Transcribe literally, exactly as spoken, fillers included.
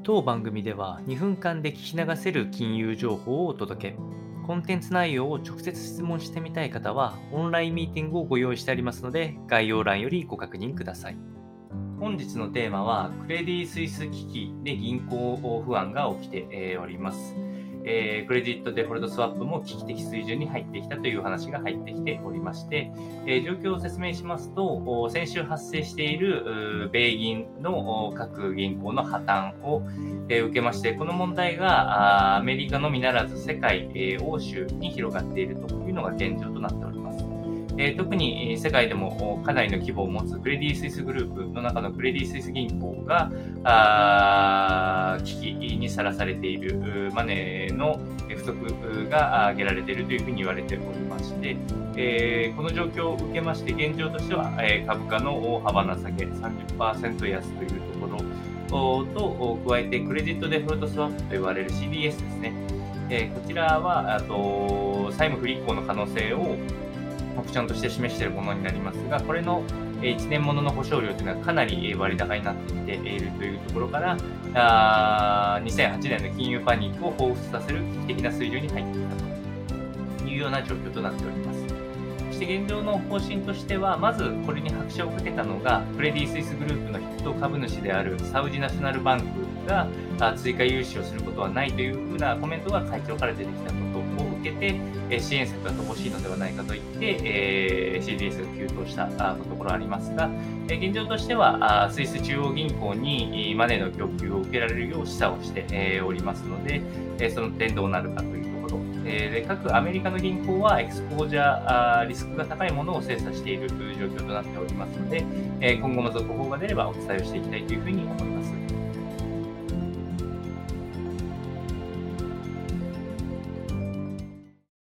当番組ではにふんかんで聞き流せる金融情報をお届け。コンテンツ内容を直接質問してみたい方は、オンラインミーティングをご用意してありますので、概要欄よりご確認ください。本日のテーマは、クレディ・スイス危機で銀行不安が起きております。えー、クレジットデフォルトスワップも危機的水準に入ってきたという話が入ってきておりまして、えー、状況を説明しますと、先週発生している米銀の各銀行の破綻を、えー、受けまして、この問題がアメリカのみならず世界、えー、欧州に広がっているというのが現状となっております。えー、特に世界でもかなりの規模を持つクレディ・スイスグループの中のクレディ・スイス銀行があ危機にさらされているマネーの不足が挙げられているというふうに言われておりまして、えー、この状況を受けまして現状としては、えー、株価の大幅な下げ さんじゅっパーセント 安というところと加えてクレジットデフォルトスワップと言われる シーディーエス ですね、えー、こちらはあと債務不履行の可能性をオプションとして示しているものになりますが、これのいちねんものの保証料というのはかなり割高になってきているというところから、あにせんはちねんの金融パニックを彷彿させる危機的な水準に入ってきたというような状況となっております。そして現状の方針としては、まずこれに拍車をかけたのが、クレディ・スイスグループの筆頭株主であるサウジナショナルバンクが追加融資をすることはないというふうなコメントが会長から出てきたことを受けて、支援策が乏しいのではないかと言って、えー、シーディーエス が急騰したところがありますが、現状としてはスイス中央銀行にマネーの供給を受けられるよう示唆をしておりますので、その点どうなるかというところで、各アメリカの銀行はエクスポージャーリスクが高いものを精査している状況となっておりますので、今後も続報が出ればお伝えをしていきたいというふうに思います。